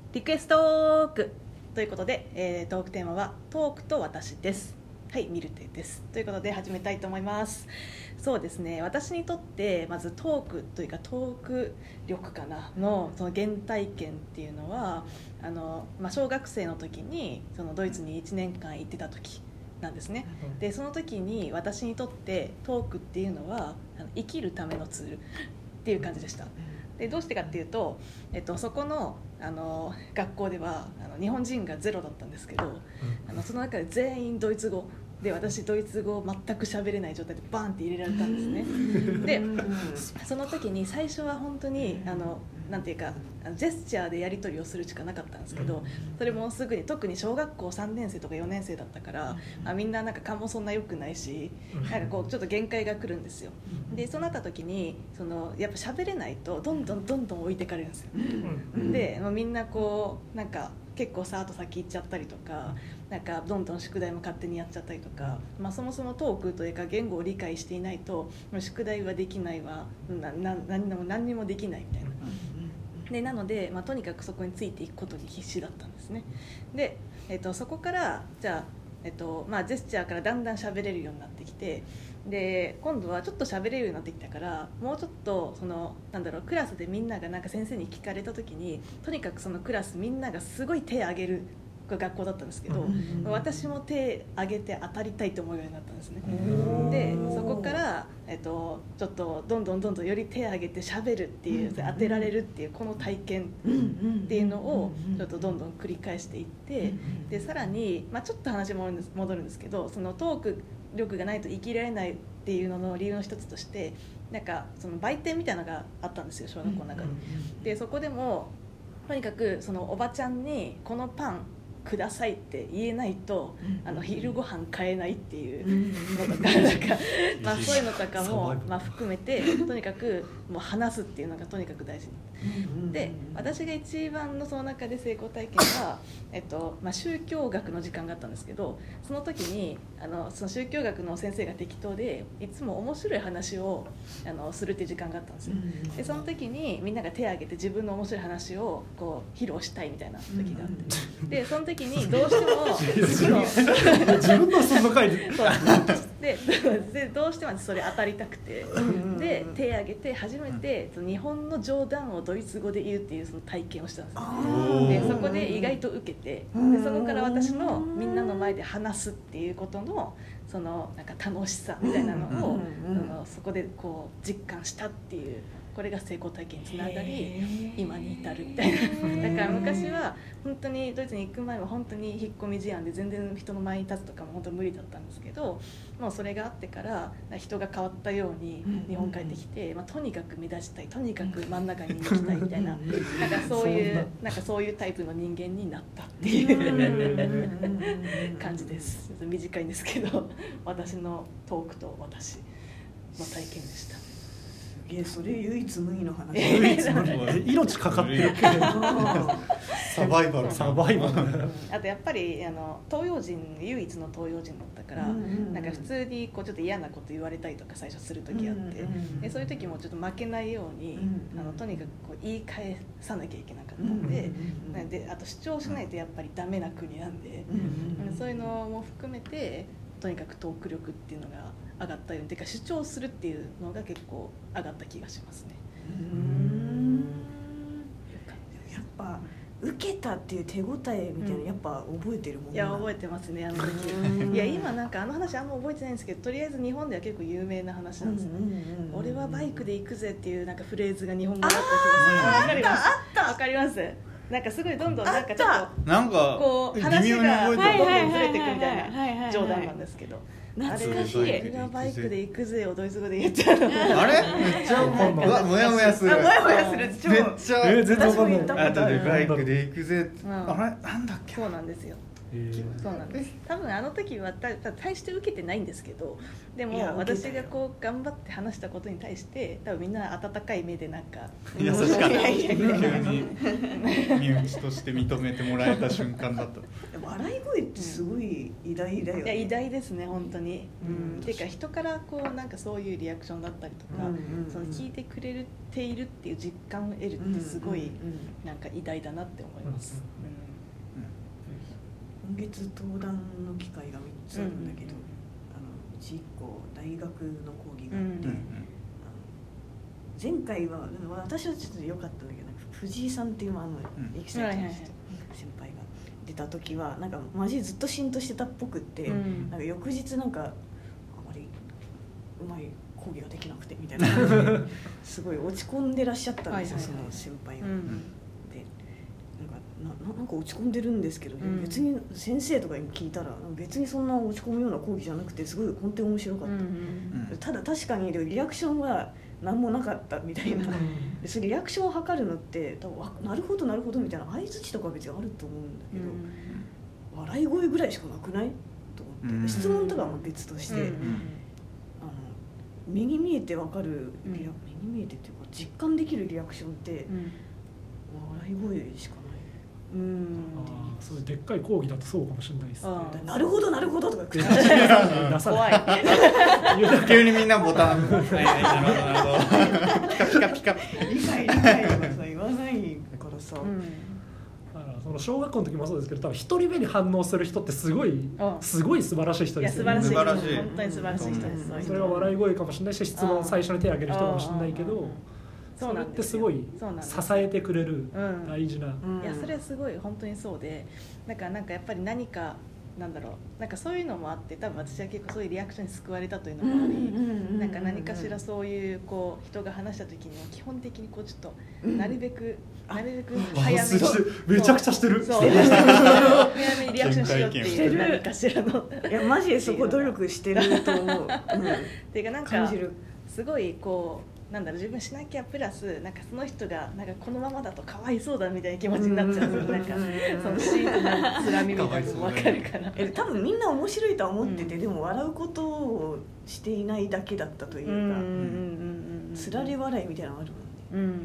リクエストトークということで、トークテーマはトークと私です。はい、ミルテですということで始めたいと思います。そうですね、私にとってまずトークというかトーク力かなのその原体験っていうのは小学生の時にそのドイツに1年間行ってた時なんですね。でその時に私にとってトークっていうのは生きるためのツールっていう感じでした。でどうしてかっていうと、そこの、学校では日本人がゼロだったんですけど、その中で全員ドイツ語で、私ドイツ語を全く喋れない状態でバーンって入れられたんですね。でその時に最初は本当になんていうかジェスチャーでやり取りをするしかなかったんですけど、それもすぐに特に小学校3年生とか4年生だったから、みんななんか勘もそんな良くないし、なんかこうちょっと限界が来るんですよ。でそうなった時にやっぱ喋れないとどんどん置いてかれるんですよ。でみんなこうなんか結構さーっと先行っちゃったりとか、なんかどんどん宿題も勝手にやっちゃったりとか、そもそもトークというか言語を理解していないと宿題はできないわ、何にもできないみたいな。でなので、とにかくそこについていくことに必死だったんですね。で、そこからじゃあ、ジェスチャーからだんだん喋れるようになってきて、で今度はちょっと喋れるようになってきたから、もうちょっとクラスでみんながなんか先生に聞かれた時に、とにかくそのクラスみんながすごい手を挙げる学校だったんですけど、私も手挙げて当たりたいと思うようになったんですね。でそこから、ちょっとどんどんより手挙げて喋るっていう、当てられるっていうこの体験っていうのをちょっとどんどん繰り返していって、でさらに、ちょっと話戻るんですけど、そのトーク力がないと生きられないっていうのの理由の一つとして、なんかその売店みたいなのがあったんですよ、小学校の中に。でそこでもとにかくそのおばちゃんにこのパンくださいって言えないと昼ご飯買えないっていうのとかそういうのとかも含めて、とにかくもう話すっていうのがとにかく大事で、私が一番のその中で成功体験は、宗教学の時間があったんですけど、その時にその宗教学の先生が適当でいつも面白い話をするっていう時間があったんですよ。でその時にみんなが手を挙げて自分の面白い話をこう披露したいみたいな時があって、でその時にどうしても自分のその回でどうしてもそれ当たりたくて、で手を挙げて初めて日本の冗談をドイツ語で言うっていうその体験をしたんですよ。でそこで意外と受けて、でそこから私のみんなの前で話すっていうことのそのなんか楽しさみたいなのをそこでこう実感したっていう、これが成功体験につながり今に至るみたいな。だから昔は本当にドイツに行く前は本当に引っ込み思案で全然人の前に立つとかも本当無理だったんですけど、もうそれがあってから人が変わったように日本帰ってきて、とにかく目立ちたい、とにかく真ん中に行きたいみたいな、なんかそういうタイプの人間になったっていう感じです。短いんですけど、私のトークと私の体験でした。 それ唯一無二の話。 命かかってるサバイバルあとやっぱり東洋人唯一の東洋人だったから、なんか普通にこうちょっと嫌なこと言われたりとか最初する時あって、でそういう時もちょっと負けないようにとにかくこう言い返さなきゃいけなかったんで、であと主張しないとやっぱりダメな国なんで、そういうのも含めてとにかくトーク力っていうのが上がったように、てか主張するっていうのが結構上がった気がしますね。 やっぱ受けたっていう手応えみたいな、やっぱ覚えてるもん。 いや覚えてますね、あの時。いや今なんか話あんま覚えてないんですけど、とりあえず日本では結構有名な話なんですね。俺はバイクで行くぜっていうなんかフレーズが日本語だった気がする。わかります。なんかすごいどんどんなんかちょっとなんかこう話がどんどんずれていくみたいな冗談なんですけど、 懐かしい。 俺がバイクで行くぜをドイツ語で言っちゃうの。 あれめっちゃもやもやする。 もやもやする。 めっちゃ全然わかんない。 あとでバイクで行くぜ。あれなんだっけ。 そうなんですよ。 そうなんです。多分あの時は大して受けてないんですけど、でもいや私がこう頑張って話したことに対して多分みんな温かい目でなんか優しかった。急いやいやいやに身内として認めてもらえた瞬間だった。 笑い声ってすごい偉大だよね。 いや偉大ですね本当に。 うんていうか人からこうなんかそういうリアクションだったりとか、その聞いてくれているっていう実感を得るってすごいなんか偉大だなって思います。 今月登壇の機会が3つあるんだけど、うち1個大学の講義があって、前回は私はちょっと良かったんだけど、なんか藤井さんっていうエキサイトの人、先輩が出た時はなんかマジでずっとシーンとしてたっぽくって、なんか翌日なんかあまりうまい講義ができなくてみたいな感じですごい落ち込んでらっしゃったんですよ、その先輩が。でなんか落ち込んでるんですけど、別に先生とかに聞いたら別にそんな落ち込むような講義じゃなくてすごい本当に面白かった、ただ確かにリアクションは何もなかったみたいな、でそれリアクションを測るのって多分なるほどなるほどみたいな相づちとか別にあると思うんだけど、笑い声ぐらいしかなくないと思って、質問とかは別として、目に見えて分かる目に見えてっていうか実感できるリアクションって、笑い声しかない。 そういうでっかい講義だとそうかもしれないですね。 なるほどなるほどとか口怖い急にみんなボタンはいはいなるほどなるほどピカピカピカ理解とかさ言わないからさ、 だからその小学校の時もそうですけど、多分一人目に反応する人ってすごい素晴らしい人ですよね。 素晴らしい本当に素晴らしい人です。 それが笑い声かもしれないし、質問最初に手を挙げる人かもしれないけど、それってすごい支えてくれる大事な、いやそれはすごい本当にそうで、なんかやっぱり何かなんだろう、なんかそういうのもあって、多分私は結構そういうリアクションに救われたというのもあり、なんか何かしらそういうこう人が話した時には基本的にこうちょっとなるべく早めにめちゃくちゃしてる。 そう早めにリアクションしようっていう何かしらのいやマジでそこ努力してると思う。 っていうかなんかすごいこうなんだろう、自分しなきゃプラスなんかその人がなんかこのままだとかわいそうだみたいな気持ちになっちゃうんですよ。なんかそのシーンのつらみみたいなのも分かるから。 多分みんな面白いとは思ってて、でも笑うことをしていないだけだったというか、つられ笑いみたいなのあるもんね。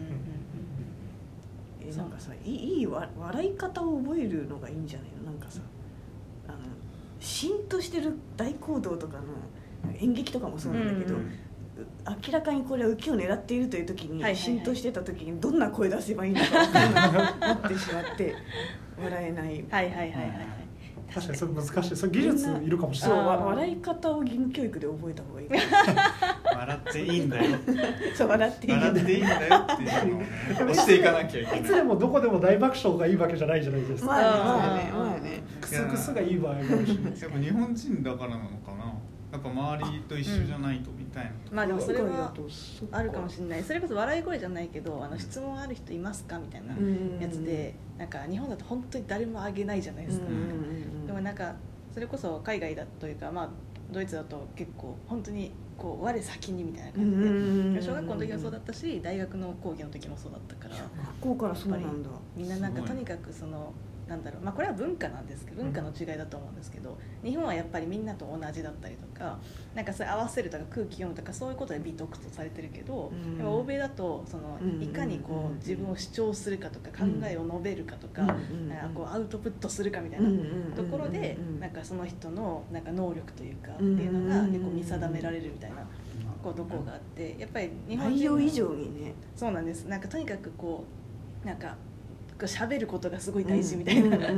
なんかさ、いい笑い方を覚えるのがいいんじゃないの。なんかさ、シーンとしてる大行動とかの演劇とかもそうなんだけど、明らかにこれは受けを狙っているという時に浸透してた時にどんな声出せばいいのか分からなくなってしまって笑えない。 確かにそれ難しい。それ技術いるかもしれない。 笑い方を義務教育で覚えた方がいい。 笑っていいんだよ。 そう笑っていいんだよっていうのを押していかなきゃいけない。 いつでもどこでも大爆笑がいいわけじゃないじゃないですか。 まあね。 クスクスがいい場合もあるし。やっぱ日本人だからなのかな。やっぱ周りと一緒じゃないとみたいな、 まあでもそれはあるかもしれない。それこそ笑い声じゃないけど、質問ある人いますかみたいなやつで、なんか日本だと本当に誰もあげないじゃないですか。でもなんかそれこそ海外だというか、まあドイツだと結構本当にこう我先にみたいな感じで、小学校の時もそうだったし、大学の講義の時もそうだったから、 学校からそうなんだ。 みんななんかとにかくそのなんだろう、まあ、これは文化なんですけど、文化の違いだと思うんですけど、日本はやっぱりみんなと同じだったりとか、なんかそれ合わせるとか空気読むとかそういうことで美徳とされてるけど、やっぱ欧米だとそのいかにこう自分を主張するかとか考えを述べるかとか、こうアウトプットするかみたいなところで、なんかその人のなんか能力というかっていうのが結構見定められるみたいなところがあって、やっぱり日本人は内容以上にね、 そうなんです。なんかとにかくこうなんか喋ることがすごい大事みたいな。あれ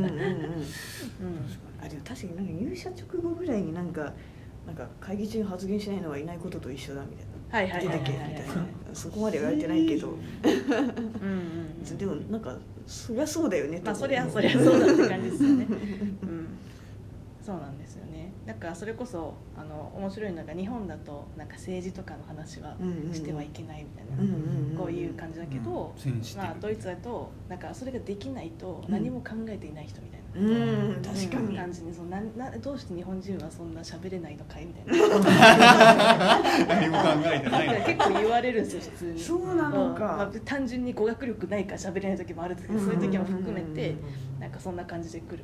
確かになんか入社直後ぐらいになんか会議中に発言しないのはいないことと一緒だみたいな、出てけみたいな、そこまで言われてないけど、でもなんかそりゃそうだよね。 まあそりゃそうだって感じですよね。そうなんですよね。なんかそれこそ面白いのが、日本だとなんか政治とかの話はしてはいけないみたいな、こういう感じだけど、まあドイツだとなんかそれができないと何も考えていない人みたいな、 確かに感じに、どうして日本人はそんな喋れないのかいみたいな何も考えてないのか。 結構言われるんですよ普通に。 そうなのか。 まあ、単純に語学力ないから喋れない時もあるんですけど、そういう時も含めてなんかそんな感じで来るから。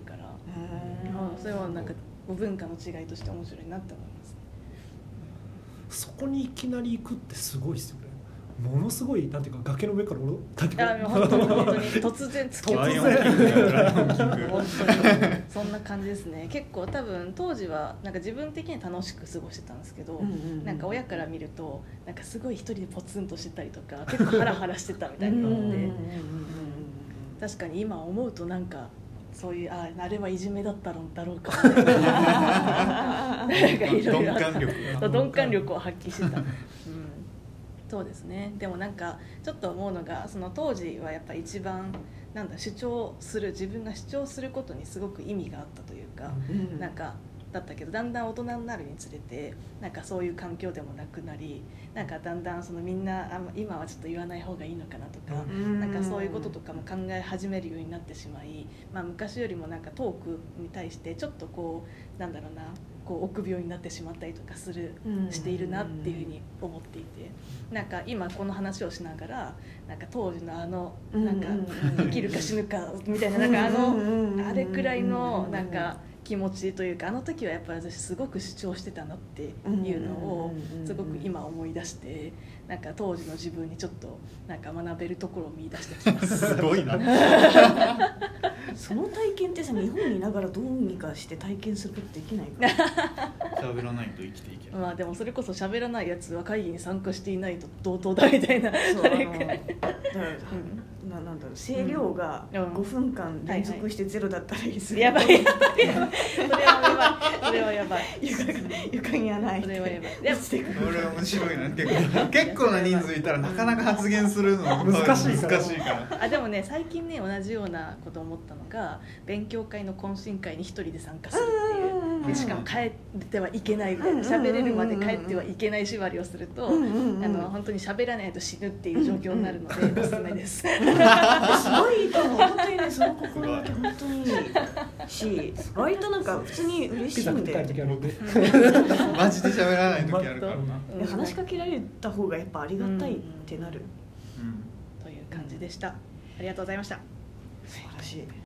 それはなんか文化の違いとして面白いなって思います。 そこにいきなり行くってすごいですよね。ものすごいなんていうか崖の上から降ろったっていうか、 本当に突然突き落とされる本当にそんな感じですね。結構多分当時はなんか自分的に楽しく過ごしてたんですけど、なんか親から見るとなんかすごい一人でポツンとしてたりとか結構ハラハラしてたみたいなので確かに今思うとなんかそういうあれはいじめだったのだろうかみたいな鈍感力を発揮してた、そうですね。でもなんかちょっと思うのがその当時はやっぱ一番なんだ自分が主張することにすごく意味があったというか、なんかだったけどだんだん大人になるにつれてなんかそういう環境でもなくなりなんかだんだんそのみんな今はちょっと言わない方がいいのかなとかなんかそういうこととかも考え始めるようになってしまい、昔よりもなんかトークに対してちょっとこうなんだろうなこう臆病になってしまったりとかしているなっていうふうに思っていてなんか今この話をしながらなんか当時のなんか生きるか死ぬかみたいななんかあれくらいのなんか気持ちというかあの時はやっぱり私すごく主張してたなっていうのをすごく今思い出してなんか当時の自分にちょっとなんか学べるところを見出してきますすごいなその体験ってさ日本にいながらどうにかして体験することできないか喋らないと生きていけない。 でもそれこそ喋らないやつは会議に参加していないと同等だみたいなそうなんだろう声量が5分間連続してゼロだったらいいですやばいそれはやばい床にはないそれはやばいこれ面白いな結構な人数いたらなかなか発言するの難しいからでもね最近ね同じようなことを思ったのが勉強会の懇親会に一人で参加するっていうでしかも帰ってはいけないみたいな喋れるまで帰ってはいけない縛りをすると本当に喋らないと死ぬっていう状況になるのでおすすめですすごいいいと思う本当にねその心がけ本当にいいし割となんか普通に嬉しいんでマジで喋らない時あるからな話しかけられた方がやっぱありがたいってなる、 という感じでした。ありがとうございました。 素晴らしい。